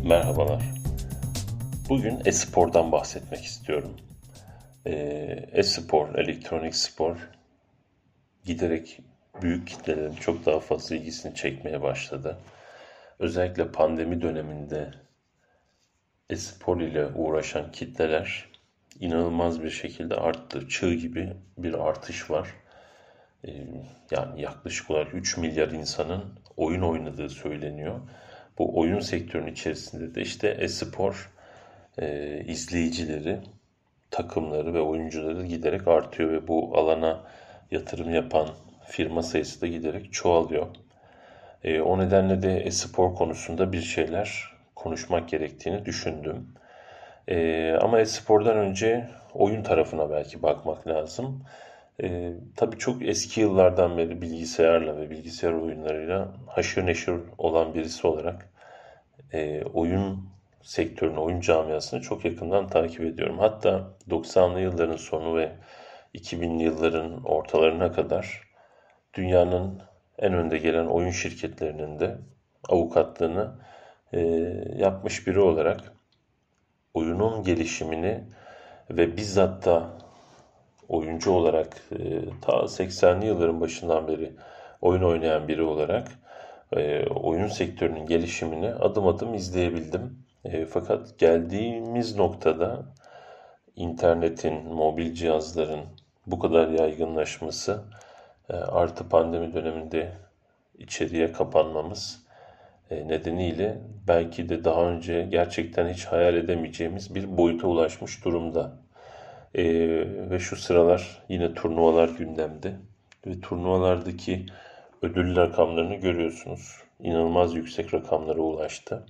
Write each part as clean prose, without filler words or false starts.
Merhabalar. Bugün e-spordan bahsetmek istiyorum. E-spor, elektronik spor giderek büyük kitlelerin çok daha fazla ilgisini çekmeye başladı. Özellikle pandemi döneminde e-spor ile uğraşan kitleler inanılmaz bir şekilde arttı. Çığ gibi bir artış var. Yani yaklaşık olarak 3 milyar insanın oyun oynadığı söyleniyor. Bu oyun sektörünün içerisinde de işte e-spor izleyicileri, takımları ve oyuncuları giderek artıyor ve bu alana yatırım yapan firma sayısı da giderek çoğalıyor. O nedenle de e-spor konusunda bir şeyler konuşmak gerektiğini düşündüm. Ama e-spordan önce oyun tarafına belki bakmak lazım. Tabii çok eski yıllardan beri bilgisayarla ve bilgisayar oyunlarıyla haşır neşir olan birisi olarak oyun sektörünü, oyun camiasını çok yakından takip ediyorum. Hatta 90'lı yılların sonu ve 2000'li yılların ortalarına kadar dünyanın en önde gelen oyun şirketlerinin de avukatlığını yapmış biri olarak oyunun gelişimini ve bizzat da oyuncu olarak ta 80'li yılların başından beri oyun oynayan biri olarak oyun sektörünün gelişimini adım adım izleyebildim. Fakat geldiğimiz noktada internetin, mobil cihazların bu kadar yaygınlaşması artı pandemi döneminde içeriye kapanmamız nedeniyle belki de daha önce gerçekten hiç hayal edemeyeceğimiz bir boyuta ulaşmış durumda. Ve şu sıralar yine turnuvalar gündemde ve turnuvalardaki ödül rakamlarını görüyorsunuz. İnanılmaz yüksek rakamlara ulaştı.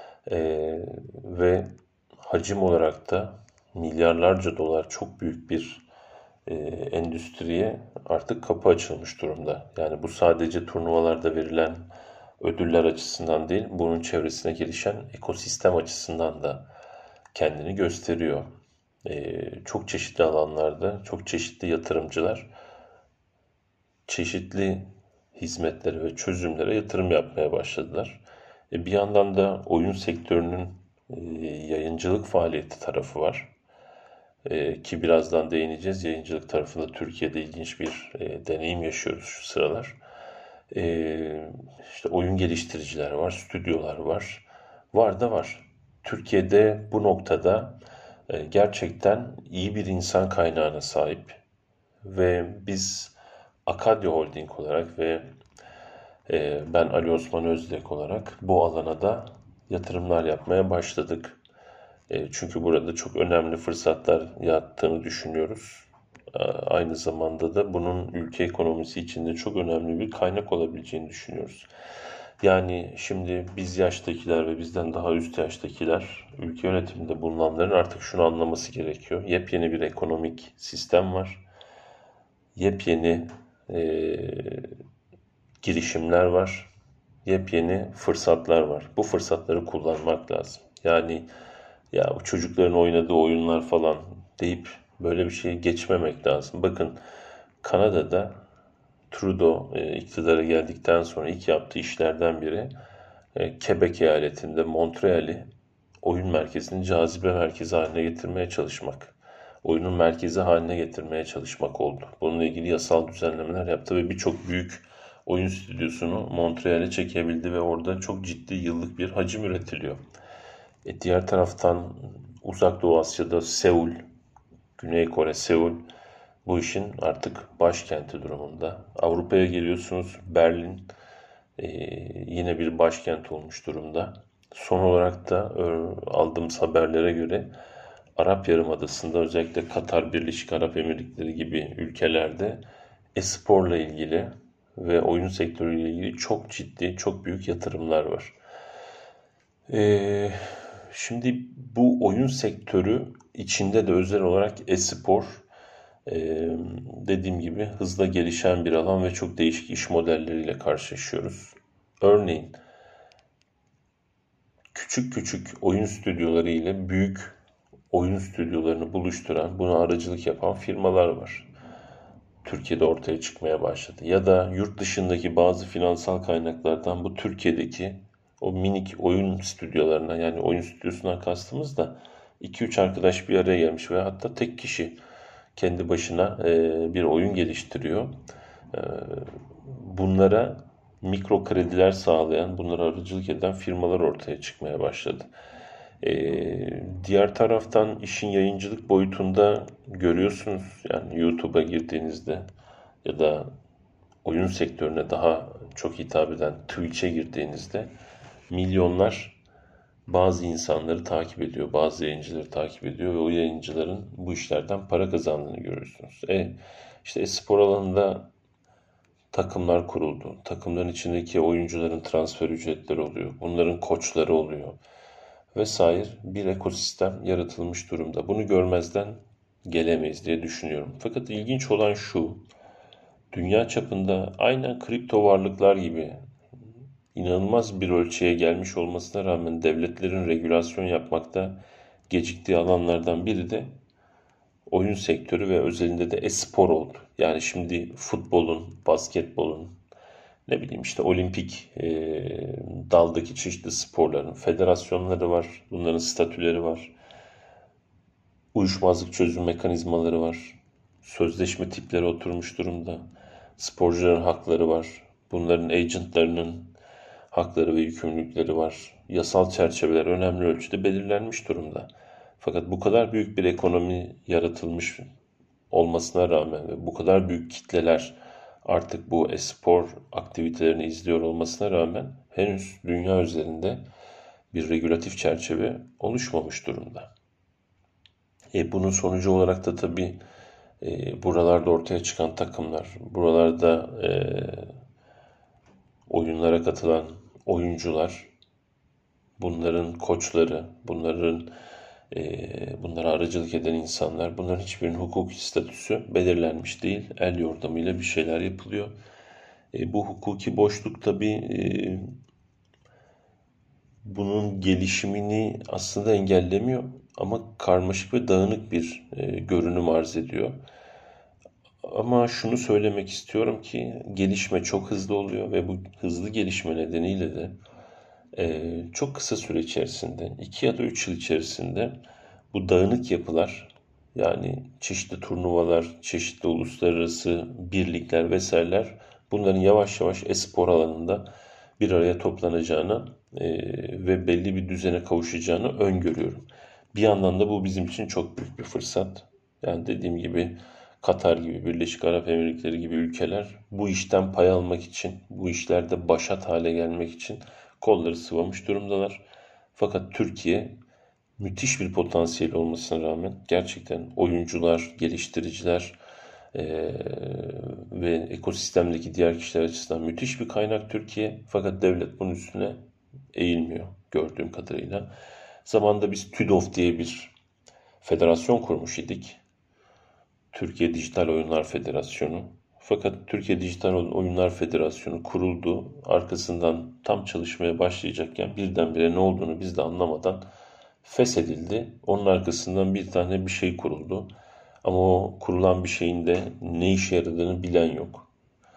Ve hacim olarak da milyarlarca dolar çok büyük bir endüstriye artık kapı açılmış durumda. Yani bu sadece turnuvalarda verilen ödüller açısından değil, bunun çevresine gelişen ekosistem açısından da kendini gösteriyor. Çok çeşitli alanlarda, çok çeşitli yatırımcılar, çeşitli hizmetlere ve çözümlere yatırım yapmaya başladılar. Bir yandan da oyun sektörünün yayıncılık faaliyeti tarafı var. Ki birazdan değineceğiz. Yayıncılık tarafında Türkiye'de ilginç bir deneyim yaşıyoruz şu sıralar. İşte oyun geliştiriciler var, stüdyolar var. Var da var. Türkiye'de bu noktada gerçekten iyi bir insan kaynağına sahip ve biz Akadya Holding olarak ve ben Ali Osman Özdek olarak bu alana da yatırımlar yapmaya başladık. Çünkü burada çok önemli fırsatlar yattığını düşünüyoruz. Aynı zamanda da bunun ülke ekonomisi için de çok önemli bir kaynak olabileceğini düşünüyoruz. Yani şimdi biz yaştakiler ve bizden daha üst yaştakiler, ülke yönetiminde bulunanların artık şunu anlaması gerekiyor. Yepyeni bir ekonomik sistem var. Yepyeni girişimler var. Yepyeni fırsatlar var. Bu fırsatları kullanmak lazım. Yani ya bu çocukların oynadığı oyunlar falan deyip böyle bir şeye geçmemek lazım. Bakın Kanada'da Trudeau iktidara geldikten sonra ilk yaptığı işlerden biri Quebec eyaletinde Montreal'i oyun merkezinin cazibe merkezi haline getirmeye çalışmak. Oyunun merkezi haline getirmeye çalışmak oldu. Bununla ilgili yasal düzenlemeler yaptı ve birçok büyük oyun stüdyosunu Montreal'e çekebildi ve orada çok ciddi yıllık bir hacim üretiliyor. Diğer taraftan Uzak Doğu Asya'da Seul, Güney Kore, Seul bu işin artık başkenti durumunda. Avrupa'ya geliyorsunuz, Berlin yine bir başkent olmuş durumda. Son olarak da aldığımız haberlere göre Arap Yarımadası'nda özellikle Katar, Birleşik Arap Emirlikleri gibi ülkelerde e-sporla ilgili ve oyun sektörüyle ilgili çok ciddi, çok büyük yatırımlar var. Şimdi bu oyun sektörü içinde de özel olarak e-spor dediğim gibi hızla gelişen bir alan ve çok değişik iş modelleriyle karşılaşıyoruz. Örneğin küçük küçük oyun stüdyoları ile büyük oyun stüdyolarını buluşturan, buna aracılık yapan firmalar var. Türkiye'de ortaya çıkmaya başladı. Ya da yurt dışındaki bazı finansal kaynaklardan bu Türkiye'deki o minik oyun stüdyolarına, yani oyun stüdyosundan kastımız da 2-3 arkadaş bir araya gelmiş ve hatta tek kişi kendi başına bir oyun geliştiriyor. E, Bunlara mikro krediler sağlayan, bunlara aracılık eden firmalar ortaya çıkmaya başladı. Diğer taraftan işin yayıncılık boyutunda görüyorsunuz, yani YouTube'a girdiğinizde ya da oyun sektörüne daha çok hitap eden Twitch'e girdiğinizde milyonlar bazı insanları takip ediyor, bazı yayıncıları takip ediyor ve o yayıncıların bu işlerden para kazandığını görüyorsunuz. İşte spor alanında takımlar kuruldu. Takımların içindeki oyuncuların transfer ücretleri oluyor. Bunların koçları oluyor. Vesaire bir ekosistem yaratılmış durumda. Bunu görmezden gelemeyiz diye düşünüyorum. Fakat ilginç olan şu, dünya çapında aynen kripto varlıklar gibi inanılmaz bir ölçüye gelmiş olmasına rağmen devletlerin regülasyon yapmakta geciktiği alanlardan biri de oyun sektörü ve özelinde de e-spor oldu. Yani şimdi futbolun, basketbolun, ne bileyim işte olimpik daldaki çeşitli sporların federasyonları var, bunların statüleri var, uyuşmazlık çözüm mekanizmaları var, sözleşme tipleri oturmuş durumda, sporcuların hakları var, bunların agentlarının hakları ve yükümlülükleri var, yasal çerçeveler önemli ölçüde belirlenmiş durumda. Fakat bu kadar büyük bir ekonomi yaratılmış olmasına rağmen ve bu kadar büyük kitleler artık bu espor aktivitelerini izliyor olmasına rağmen henüz dünya üzerinde bir regülatif çerçeve oluşmamış durumda. Bunun sonucu olarak da tabii buralarda ortaya çıkan takımlar, buralarda oyunlara katılan oyuncular, bunların koçları, bunlara aracılık eden insanlar, bunların hiçbirinin hukuki statüsü belirlenmiş değil. El yordamıyla bir şeyler yapılıyor. Bu hukuki boşluk tabii bunun gelişimini aslında engellemiyor ama karmaşık ve dağınık bir görünüm arz ediyor. Ama şunu söylemek istiyorum ki gelişme çok hızlı oluyor ve bu hızlı gelişme nedeniyle de çok kısa süre içerisinde, 2 ya da 3 yıl içerisinde bu dağınık yapılar, yani çeşitli turnuvalar, çeşitli uluslararası birlikler vesaireler, bunların yavaş yavaş e-spor alanında bir araya toplanacağını ve belli bir düzene kavuşacağını öngörüyorum. Bir yandan da bu bizim için çok büyük bir fırsat. Yani dediğim gibi Katar gibi, Birleşik Arap Emirlikleri gibi ülkeler bu işten pay almak için, bu işlerde başat hale gelmek için kolları sıvamış durumdalar. Fakat Türkiye müthiş bir potansiyel olmasına rağmen gerçekten oyuncular, geliştiriciler ve ekosistemdeki diğer kişiler açısından müthiş bir kaynak Türkiye. Fakat devlet bunun üstüne eğilmiyor gördüğüm kadarıyla. Zamanında biz TÜDOF diye bir federasyon kurmuş idik. Türkiye Dijital Oyunlar Federasyonu. Fakat Türkiye Dijital Oyunlar Federasyonu kuruldu. Arkasından tam çalışmaya başlayacakken birdenbire ne olduğunu biz de anlamadan feshedildi. Onun arkasından bir tane bir şey kuruldu. Ama o kurulan bir şeyin de ne işe yaradığını bilen yok.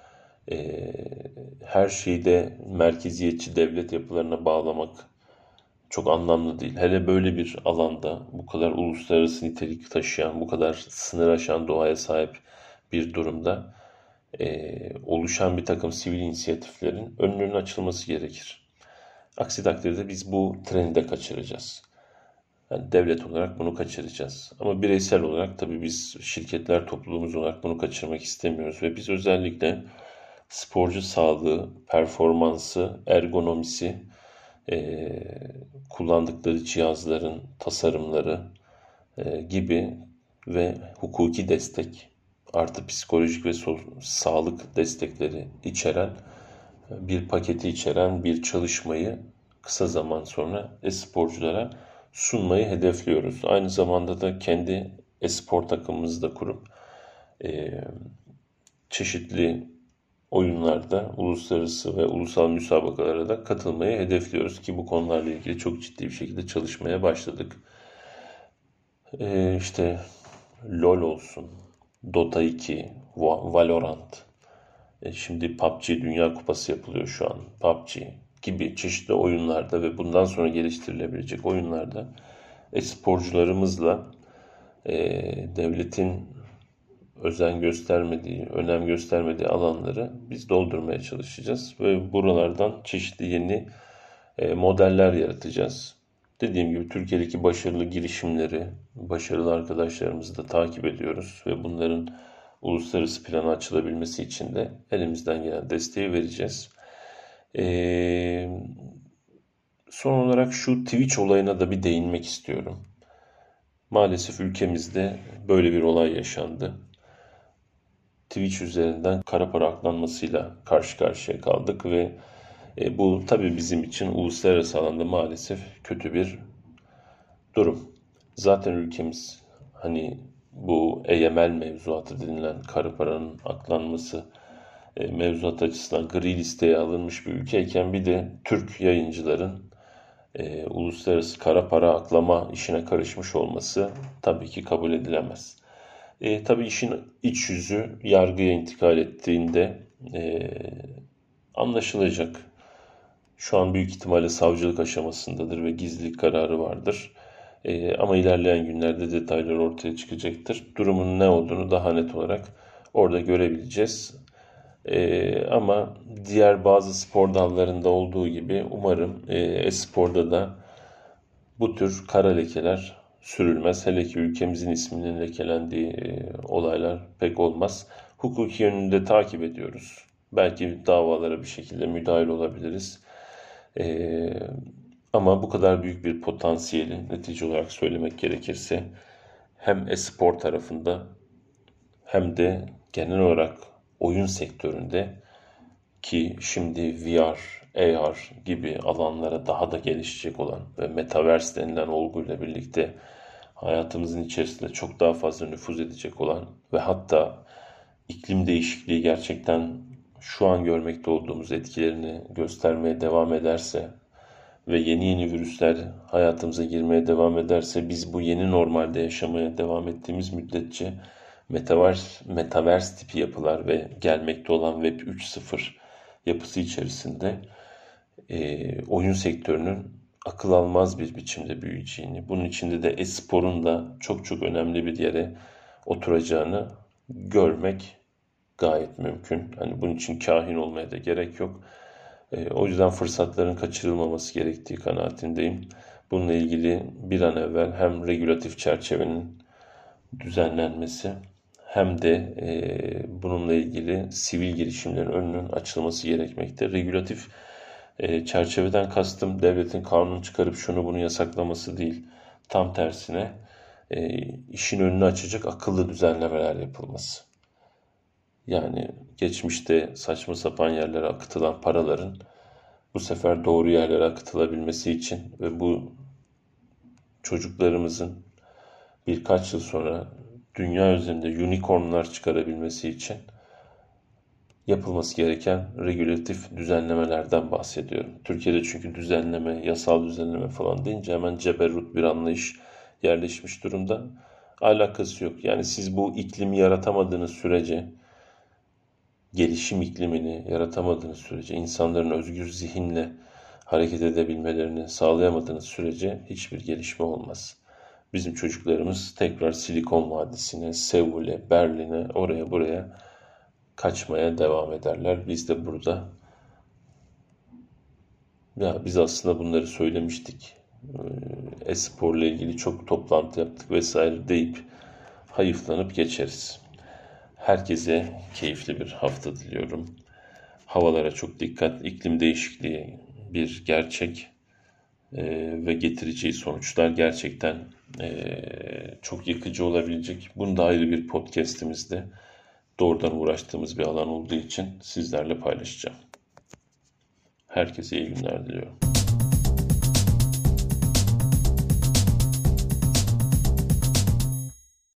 Her şeyi de merkeziyetçi devlet yapılarına bağlamak çok anlamlı değil. Hele böyle bir alanda bu kadar uluslararası nitelik taşıyan, bu kadar sınır aşan doğaya sahip bir durumda oluşan bir takım sivil inisiyatiflerin önünün açılması gerekir. Aksi takdirde biz bu treni de kaçıracağız. Yani devlet olarak bunu kaçıracağız. Ama bireysel olarak tabii biz şirketler topluluğumuz olarak bunu kaçırmak istemiyoruz. Ve biz özellikle sporcu sağlığı, performansı, ergonomisi, kullandıkları cihazların tasarımları gibi ve hukuki destek artı psikolojik ve sağlık destekleri içeren bir paketi içeren bir çalışmayı kısa zaman sonra e-sporculara sunmayı hedefliyoruz. Aynı zamanda da kendi e-spor takımımızı da kurup çeşitli oyunlarda uluslararası ve ulusal müsabakalara da katılmayı hedefliyoruz ki bu konularla ilgili çok ciddi bir şekilde çalışmaya başladık. İşte LoL olsun, Dota 2, Valorant, şimdi PUBG Dünya Kupası yapılıyor şu an. PUBG, gibi çeşitli oyunlarda ve bundan sonra geliştirilebilecek oyunlarda sporcularımızla devletin önem göstermediği alanları biz doldurmaya çalışacağız ve buralardan çeşitli yeni modeller yaratacağız. Dediğim gibi Türkiye'deki başarılı girişimleri, başarılı arkadaşlarımızı da takip ediyoruz ve bunların uluslararası plana açılabilmesi için de elimizden gelen desteği vereceğiz. Son olarak şu Twitch olayına da bir değinmek istiyorum. Maalesef ülkemizde böyle bir olay yaşandı. Twitch üzerinden kara para aklanmasıyla karşı karşıya kaldık ve bu tabii bizim için uluslararası alanda maalesef kötü bir durum. Zaten ülkemiz hani bu AML mevzuatı denilen kara paranın aklanması mevzuat açısından gri listeye alınmış bir ülkeyken bir de Türk yayıncıların uluslararası kara para aklama işine karışmış olması tabii ki kabul edilemez. Tabii işin iç yüzü yargıya intikal ettiğinde anlaşılacak. Şu an büyük ihtimalle savcılık aşamasındadır ve gizlilik kararı vardır. Ama ilerleyen günlerde detaylar ortaya çıkacaktır. Durumun ne olduğunu daha net olarak orada görebileceğiz. Ama diğer bazı spor dallarında olduğu gibi umarım e-sporda da bu tür kara lekeler sürülmez. Hele ki ülkemizin isminin lekelendiği olaylar pek olmaz. Hukuki yönünde takip ediyoruz. Belki davalara bir şekilde müdahil olabiliriz. Ama bu kadar büyük bir potansiyeli netice olarak söylemek gerekirse hem e-spor tarafında hem de genel olarak oyun sektöründe ki şimdi VR, AR gibi alanlara daha da gelişecek olan ve Metaverse denilen olguyla birlikte hayatımızın içerisinde çok daha fazla nüfuz edecek olan ve hatta iklim değişikliği gerçekten şu an görmekte olduğumuz etkilerini göstermeye devam ederse ve yeni virüsler hayatımıza girmeye devam ederse biz bu yeni normalde yaşamaya devam ettiğimiz müddetçe Metaverse tipi yapılar ve gelmekte olan Web 3.0 yapısı içerisinde oyun sektörünün akıl almaz bir biçimde büyüyeceğini, bunun içinde de e-sporun da çok çok önemli bir yere oturacağını görmek gayet mümkün. Hani bunun için kahin olmaya da gerek yok. O yüzden fırsatların kaçırılmaması gerektiği kanaatindeyim. Bununla ilgili bir an evvel hem regülatif çerçevenin düzenlenmesi hem de bununla ilgili sivil girişimlerin önünün açılması gerekmekte. Regülatif çerçeveden kastım devletin kanun çıkarıp şunu bunu yasaklaması değil. Tam tersine işin önünü açacak akıllı düzenlemeler yapılması. Yani geçmişte saçma sapan yerlere akıtılan paraların bu sefer doğru yerlere akıtılabilmesi için ve bu çocuklarımızın birkaç yıl sonra dünya üzerinde unicornlar çıkarabilmesi için yapılması gereken regülatif düzenlemelerden bahsediyorum. Türkiye'de çünkü düzenleme, yasal düzenleme falan deyince hemen ceberrut bir anlayış yerleşmiş durumda. Alakası yok. Yani siz bu iklimi yaratamadığınız sürece, gelişim iklimini yaratamadığınız sürece, insanların özgür zihinle hareket edebilmelerini sağlayamadığınız sürece hiçbir gelişme olmaz. Bizim çocuklarımız tekrar Silikon Vadisi'ne, Seul'e, Berlin'e, oraya buraya kaçmaya devam ederler. Biz de burada biz aslında bunları söylemiştik. E-sporla ilgili çok toplantı yaptık vesaire deyip hayıflanıp geçeriz. Herkese keyifli bir hafta diliyorum. Havalara çok dikkat. İklim değişikliği bir gerçek ve getireceği sonuçlar gerçekten çok yıkıcı olabilecek. Bunu da ayrı bir podcast'imizde doğrudan uğraştığımız bir alan olduğu için sizlerle paylaşacağım. Herkese iyi günler diliyorum.